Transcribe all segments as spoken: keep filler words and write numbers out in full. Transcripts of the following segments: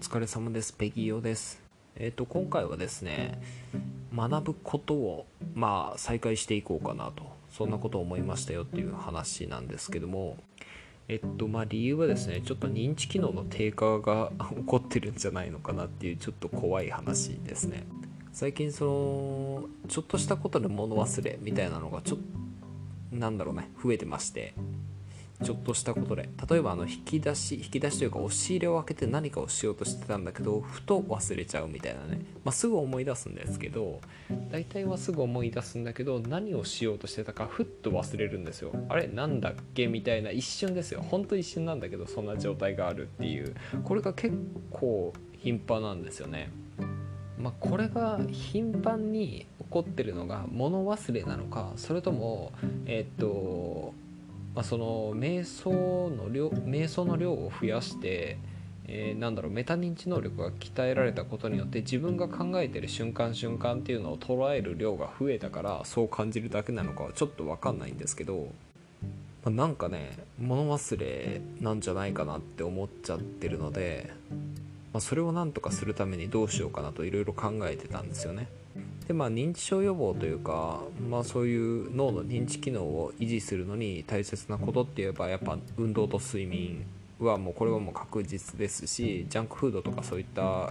疲れ様です。ペギオです。えっ、と今回はですね、学ぶことをまあ再開していこうかなと、そんなことを思いましたよっていう話なんですけども、えっとまあ理由はですね、ちょっと認知機能の低下が起こってるんじゃないのかなっていうちょっと怖い話ですね。最近そのちょっとしたことで物忘れみたいなのがちょっとなんだろうね増えてまして、ちょっとしたことで、例えばあの引き出し引き出しというか押し入れを開けて何かをしようとしてたんだけどふと忘れちゃうみたいなね、まあ、すぐ思い出すんですけど、大体はすぐ思い出すんだけど何をしようとしてたかふっと忘れるんですよ。あれなんだっけみたいな、一瞬ですよ、ほんと一瞬なんだけどそんな状態があるっていう、これが結構頻繁なんですよね。まあ、これが頻繁に起こってるのが物忘れなのか、それともえーっとまあ、その瞑想の量瞑想の量を増やして、えーなんだろうメタ認知能力が鍛えられたことによって自分が考えてる瞬間瞬間っていうのを捉える量が増えたからそう感じるだけなのかはちょっと分かんないんですけど、まあ、なんかね物忘れなんじゃないかなって思っちゃってるので、まあ、それをなんとかするためにどうしようかなといろいろ考えてたんですよね。でまあ認知症予防というか、まあ、そういう脳の認知機能を維持するのに大切なことって言えばやっぱ運動と睡眠はもうこれはもう確実ですし、ジャンクフードとかそういった、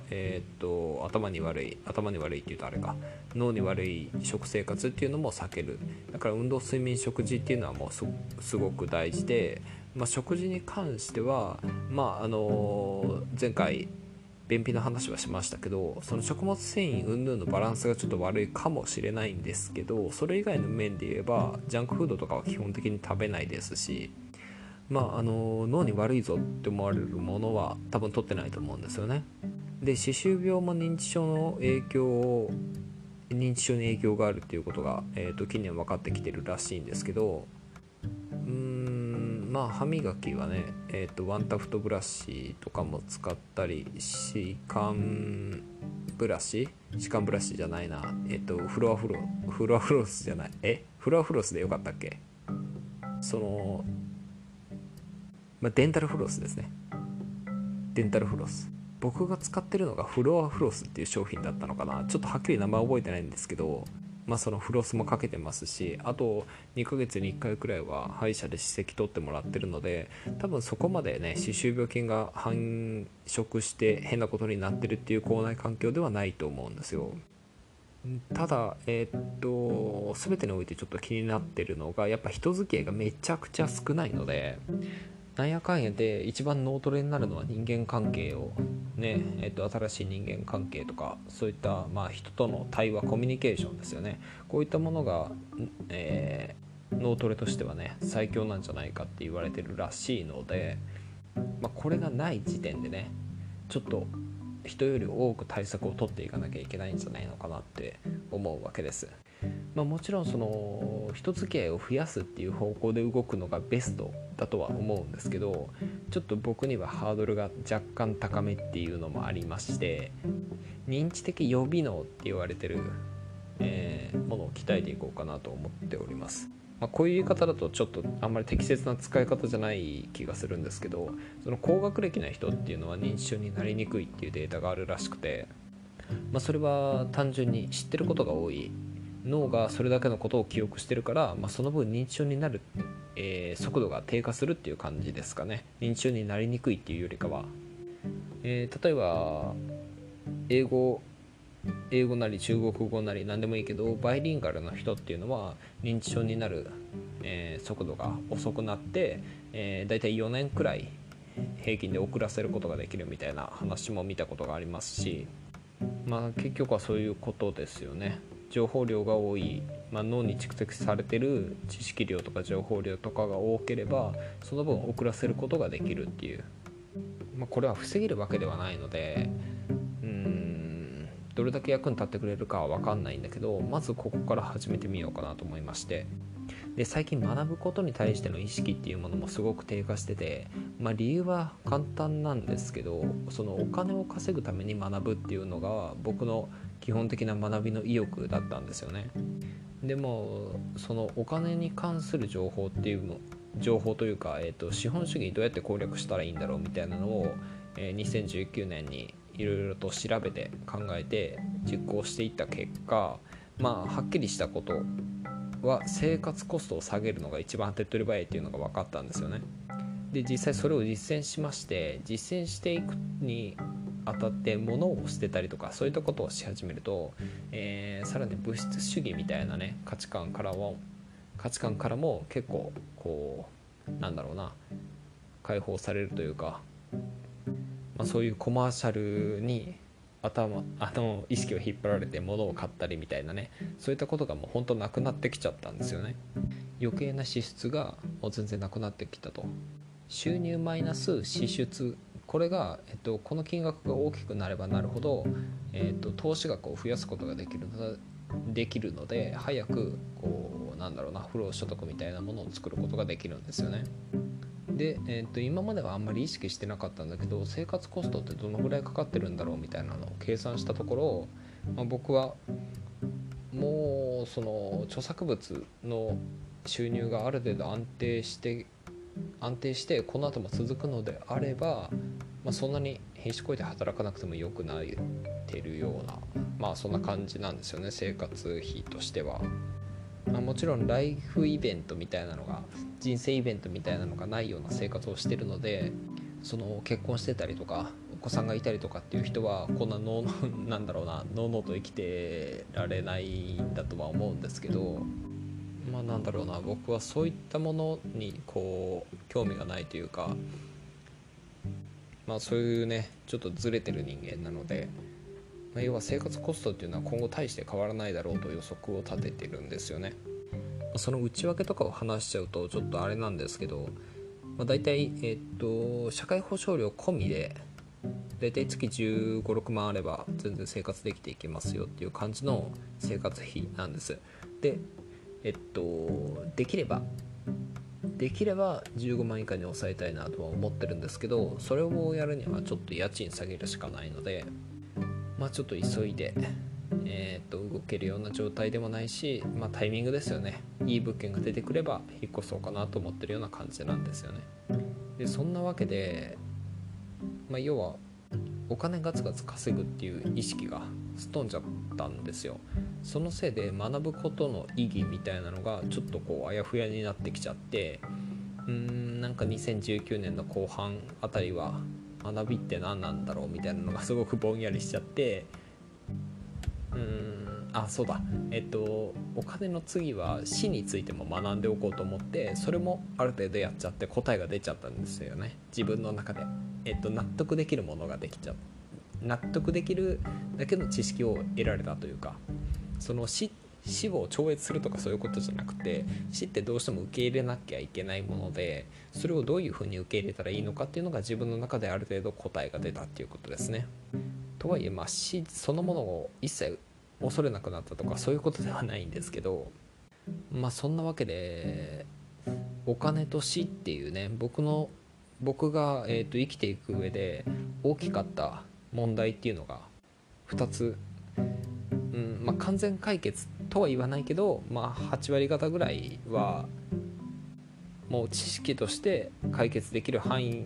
えーっと頭に悪い頭に悪いって言うとあれか、脳に悪い食生活っていうのも避ける。だから運動睡眠食事っていうのはもう す, すごく大事で、まあ、食事に関してはまああの前回便秘の話はしましたけど、その食物繊維云々のバランスがちょっと悪いかもしれないんですけど、それ以外の面で言えばジャンクフードとかは基本的に食べないですし、まああの脳に悪いぞって思われるものは多分取ってないと思うんですよね。で歯周病も認知症の影響を認知症に影響があるっていうことが、えー、と近年分かってきてるらしいんですけど、うーんまあ歯磨きはね、えー、とワンタフトブラシとかも使ったり、歯間ブラシ歯間ブラシじゃないな、えっ、とフロアフロフロアフロスじゃないえフロアフロスでよかったっけ、その、まあ、デンタルフロスですね。デンタルフロス、僕が使ってるのがフロアフロスっていう商品だったのかな、ちょっとはっきり名前覚えてないんですけど、まあそのフロスもかけてますし、あとにかげつにいっかいくらいは歯医者で歯石取ってもらってるので、多分そこまでね歯周病菌が繁殖して変なことになってるっていう口内環境ではないと思うんですよ。ただ、えーっと全てにおいてちょっと気になってるのがやっぱ人付き合いがめちゃくちゃ少ないので、なんやかんやで一番脳トレになるのは人間関係をね、えっと、新しい人間関係とかそういった、まあ、人との対話コミュニケーションですよね。こういったものが、えー脳トレとしてはね最強なんじゃないかって言われてるらしいので、まあ、これがない時点でねちょっと人より多く対策を取っていかなきゃいけないんじゃないのかなって思うわけです。まあ、もちろんその人付き合いを増やすっていう方向で動くのがベストだとは思うんですけど、ちょっと僕にはハードルが若干高めっていうのもありまして、認知的予備能って言われてる、えーものを鍛えていこうかなと思っております。まあ、こういう言い方だとちょっとあんまり適切な使い方じゃない気がするんですけど、その高学歴な人っていうのは認知症になりにくいっていうデータがあるらしくて、まあ、それは単純に知ってることが多い、脳がそれだけのことを記憶してるから、まあ、その分認知症になる、えー速度が低下するっていう感じですかね。認知症になりにくいっていうよりかは、えー例えば英語英語なり中国語なり何でもいいけどバイリンガルの人っていうのは認知症になる、えー速度が遅くなって、えー、だいたいよねんくらい平均で遅らせることができるみたいな話も見たことがありますし、まあ結局はそういうことですよね。情報量が多い、まあ、脳に蓄積されてる知識量とか情報量とかが多ければその分遅らせることができるっていう、まあ、これは防げるわけではないので、うーんどれだけ役に立ってくれるかは分かんないんだけど、まずここから始めてみようかなと思いまして、で最近学ぶことに対しての意識っていうものもすごく低下してて、まあ、理由は簡単なんですけど、そのお金を稼ぐために学ぶっていうのが僕の基本的な学びの意欲だったんですよね。でもそのお金に関する情報っていうの情報というか、えーと、資本主義どうやって攻略したらいいんだろうみたいなのを、えーにせんじゅうきゅうねんにいろいろと調べて考えて実行していった結果、まあはっきりしたことは生活コストを下げるのが一番手っ取り早いっていうのが分かったんですよね。で実際それを実践しまして、実践していくにあたって物を捨てたりとかそういったことをし始めると、えー、さらに物質主義みたいなね価値観からも価値観からも結構こうなんだろうな解放されるというか、まあ、そういうコマーシャルに頭あの意識を引っ張られて物を買ったりみたいなね、そういったことがもう本当なくなってきちゃったんですよね。余計な支出がもう全然なくなってきたと。収入マイナス支出、これが、えっと、この金額が大きくなればなるほど、えっと、投資額を増やすことができるのできるので早くこうなんだろうな不労所得みたいなものを作ることができるんですよね。で、えー、と今まではあんまり意識してなかったんだけど、生活コストってどのぐらいかかってるんだろうみたいなのを計算したところ、まあ、僕はもうその著作物の収入がある程度安定して安定してこの後も続くのであれば、まあ、そんなに必死こいて働かなくてもよくなってるような、まあそんな感じなんですよね、生活費としては。まあ、もちろんライフイベントみたいなのが人生イベントみたいなのがないような生活をしてるので、その結婚してたりとかお子さんがいたりとかっていう人はこんなのなんだろうなのうのうと生きてられないんだとは思うんですけど、まあなんだろうな僕はそういったものにこう興味がないというか、まあそういうねちょっとずれてる人間なので、まあ、要は生活コストっていうのは今後大して変わらないだろうと予測を立ててるんですよね。その内訳とかを話しちゃうとちょっとあれなんですけど、まあ、大体、えっと社会保障料込みで大体月じゅうご、ろくまんあれば全然生活できていけますよっていう感じの生活費なんです。で、えっとできればできればじゅうごまん以下に抑えたいなとは思ってるんですけど、それをやるにはちょっと家賃下げるしかないので、まあちょっと急いでえー、と動けるような状態でもないし、まあ、タイミングですよね。いい物件が出てくれば引っ越そうかなと思ってるような感じなんですよね。でそんなわけで、まあ、要はお金ガツガツ稼ぐっていう意識がすっ飛んじゃったんですよ。そのせいで学ぶことの意義みたいなのがちょっとこうあやふやになってきちゃって、うーんなんかにせんじゅうきゅうねんの後半あたりは学びって何なんだろうみたいなのがすごくぼんやりしちゃって、うーんあそうだえっとお金の次は死についても学んでおこうと思って、それもある程度やっちゃって答えが出ちゃったんですよね、自分の中で。えっと納得できるものができちゃう、納得できるだけの知識を得られたというか、その死死を超越するとかそういうことじゃなくて、死ってどうしても受け入れなきゃいけないもので、それをどういうふうに受け入れたらいいのかっていうのが自分の中である程度答えが出たっていうことですね。とはいえ、まあ、死そのものを一切恐れなくなったとかそういうことではないんですけど、まあそんなわけでお金と死っていうね、僕の僕が、えー、と生きていく上で大きかった問題っていうのがふたつ、うんまあ、完全解決とは言わないけど、まあ、はち割方ぐらいはもう知識として解決できる範囲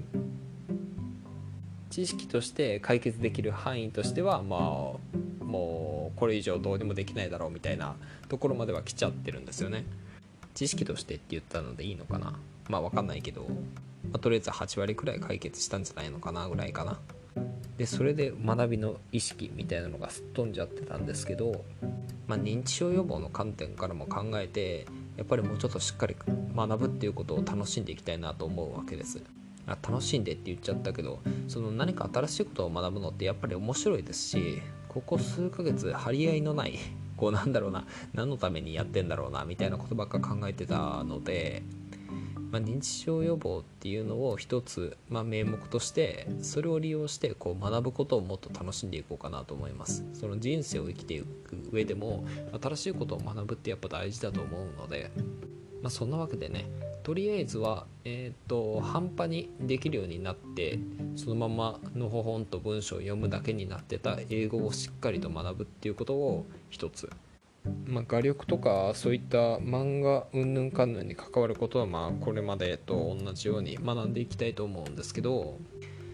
知識として解決できる範囲としてはまあもうこれ以上どうにもできないだろうみたいなところまでは来ちゃってるんですよね。知識としてって言ったのでいいのかな、まあ分かんないけど、まあ、とりあえずはち割くらい解決したんじゃないのかなぐらいかな。でそれで学びの意識みたいなのがすっ飛んじゃってたんですけど、まあ、認知症予防の観点からも考えてやっぱりもうちょっとしっかり学ぶっていうことを楽しんでいきたいなと思うわけです。あ楽しんでって言っちゃったけど、その何か新しいことを学ぶのってやっぱり面白いですし、ここ数ヶ月張り合いのないこうなんだろうな何のためにやってんだろうなみたいなことばっか考えてたので、まあ、認知症予防っていうのを一つ、まあ、名目としてそれを利用してこう学ぶことをもっと楽しんでいこうかなと思います。その人生を生きていく上でも新しいことを学ぶってやっぱ大事だと思うので、まあ、そんなわけでね、とりあえずは、えー、と半端にできるようになってそのままのほほんと文章を読むだけになってた英語をしっかりと学ぶっていうことを一つ、まあ、画力とかそういった漫画うんぬんかんぬんに関わることはまあこれまでと同じように学んでいきたいと思うんですけど、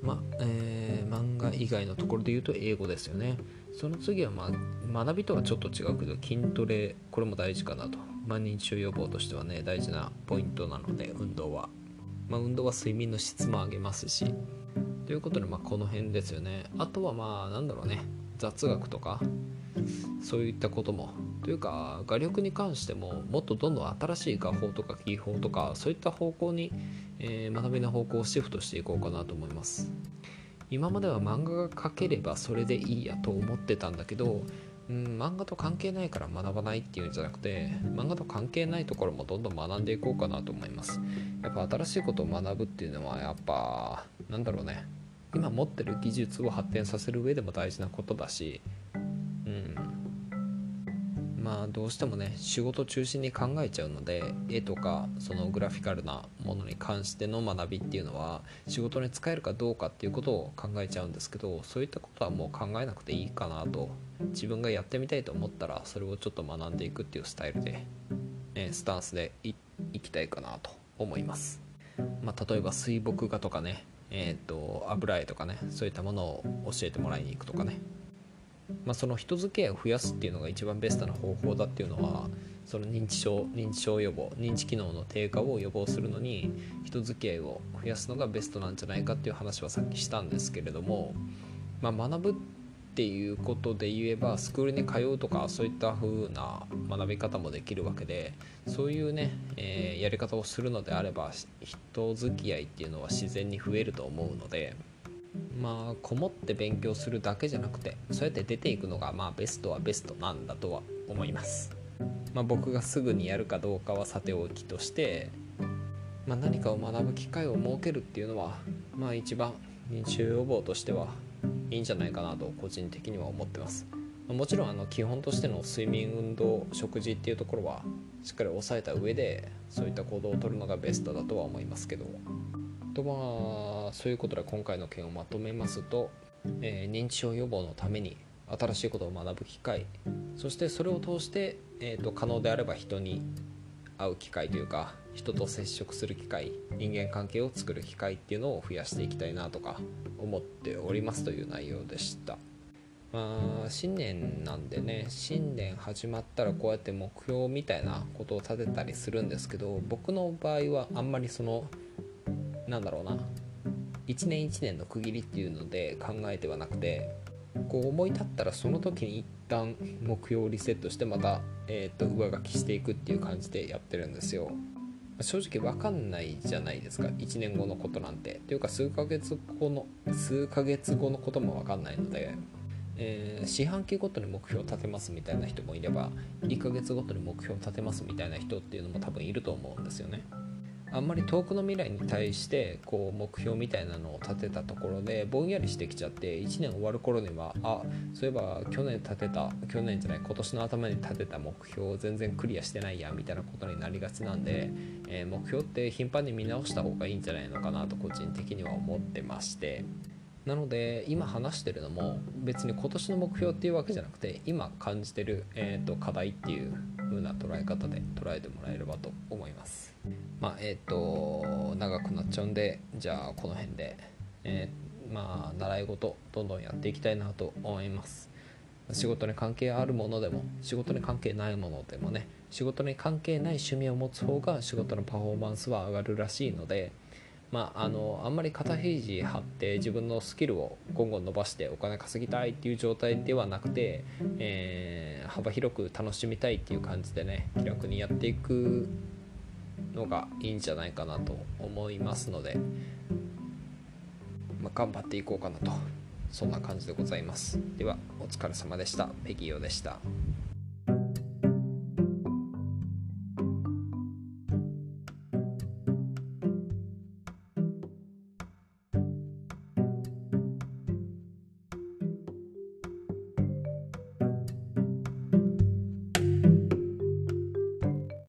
まえー、漫画以外のところで言うと英語ですよね。その次は、まあ、学びとはちょっと違うけど筋トレ、これも大事かなと。まあ、認知症予防としてはね大事なポイントなので、運動は、まあ、運動は睡眠の質も上げますし、ということで、まあ、この辺ですよね。あとはまあなんだろうね、雑学とかそういったことも、というか画力に関してももっとどんどん新しい画法とか技法とかそういった方向に、えー、学びの方向をシフトしていこうかなと思います。今までは漫画が描ければそれでいいやと思ってたんだけど、うん、漫画と関係ないから学ばないっていうんじゃなくて、漫画と関係ないところもどんどん学んでいこうかなと思います。やっぱ新しいことを学ぶっていうのはやっぱなんだろうね、今持ってる技術を発展させる上でも大事なことだし、うん、まあどうしてもね仕事中心に考えちゃうので、絵とかそのグラフィカルなものに関しての学びっていうのは仕事に使えるかどうかっていうことを考えちゃうんですけど、そういったことはもう考えなくていいかなと。自分がやってみたいと思ったらそれをちょっと学んでいくっていうスタイルで、ね、スタンスで い, いきたいかなと思います。まあ、例えば水墨画とかね、えー、と油絵とかね、そういったものを教えてもらいに行くとかね、まあ、その人付き合いを増やすっていうのが一番ベストな方法だっていうのは、その認知症認知症予防、認知機能の低下を予防するのに人付き合いを増やすのがベストなんじゃないかっていう話はさっきしたんですけれども、まあ、学ぶっていうことで言えばスクールに通うとかそういった風な学び方もできるわけで、そういうね、えーやり方をするのであれば人付き合いっていうのは自然に増えると思うので、まあこもって勉強するだけじゃなくてそうやって出ていくのがまあベストはベストなんだとは思います。まあ、僕がすぐにやるかどうかはさておきとして、まあ、何かを学ぶ機会を設けるっていうのはまあ一番認知症予防としてはいいんじゃないかなと個人的には思ってます。もちろんあの基本としての睡眠、運動、食事っていうところはしっかり抑えた上でそういった行動をとるのがベストだとは思いますけど、とまあそういうことで今回の件をまとめますと、えー認知症予防のために新しいことを学ぶ機会、そしてそれを通して、えーと可能であれば人に会う機会というか人と接触する機会、人間関係を作る機会っていうのを増やしていきたいなとか思っておりますという内容でした。まあ新年なんでね、新年始まったらこうやって目標みたいなことを立てたりするんですけど、僕の場合はあんまりそのなんだろうな、一年一年の区切りっていうので考えてはなくて、こう思い立ったらその時に一旦目標をリセットしてまた、えー、と上書きしていくっていう感じでやってるんですよ。正直分かんないじゃないですか、いちねんごのことなんて。というか数ヶ月後の数ヶ月後のことも分かんないので、えー四半期ごとに目標を立てますみたいな人もいれば、いっかげつごとに目標を立てますみたいな人っていうのも多分いると思うんですよね。あんまり遠くの未来に対してこう目標みたいなのを立てたところでぼんやりしてきちゃって、いちねん終わる頃にはあそういえば去年立てた去年じゃない今年の頭に立てた目標を全然クリアしてないやみたいなことになりがちなんで、えー目標って頻繁に見直した方がいいんじゃないのかなと個人的には思ってまして、なので今話してるのも別に今年の目標っていうわけじゃなくて今感じてる、えーと課題っていう風な捉え方で捉えてもらえればと思います。まあえっ、と長くなっちゃうんで、じゃあこの辺で、えーまあ習い事どんどんやっていきたいなと思います。仕事に関係あるものでも仕事に関係ないものでもね、仕事に関係ない趣味を持つ方が仕事のパフォーマンスは上がるらしいので、まあ、あのあんまり肩肘張って自分のスキルをゴンゴン伸ばしてお金稼ぎたいっていう状態ではなくて、えー幅広く楽しみたいっていう感じでね、気楽にやっていくのがいいんじゃないかなと思いますので、まあ、頑張っていこうかなと、そんな感じでございます。ではお疲れ様でした。ペギーヨでした。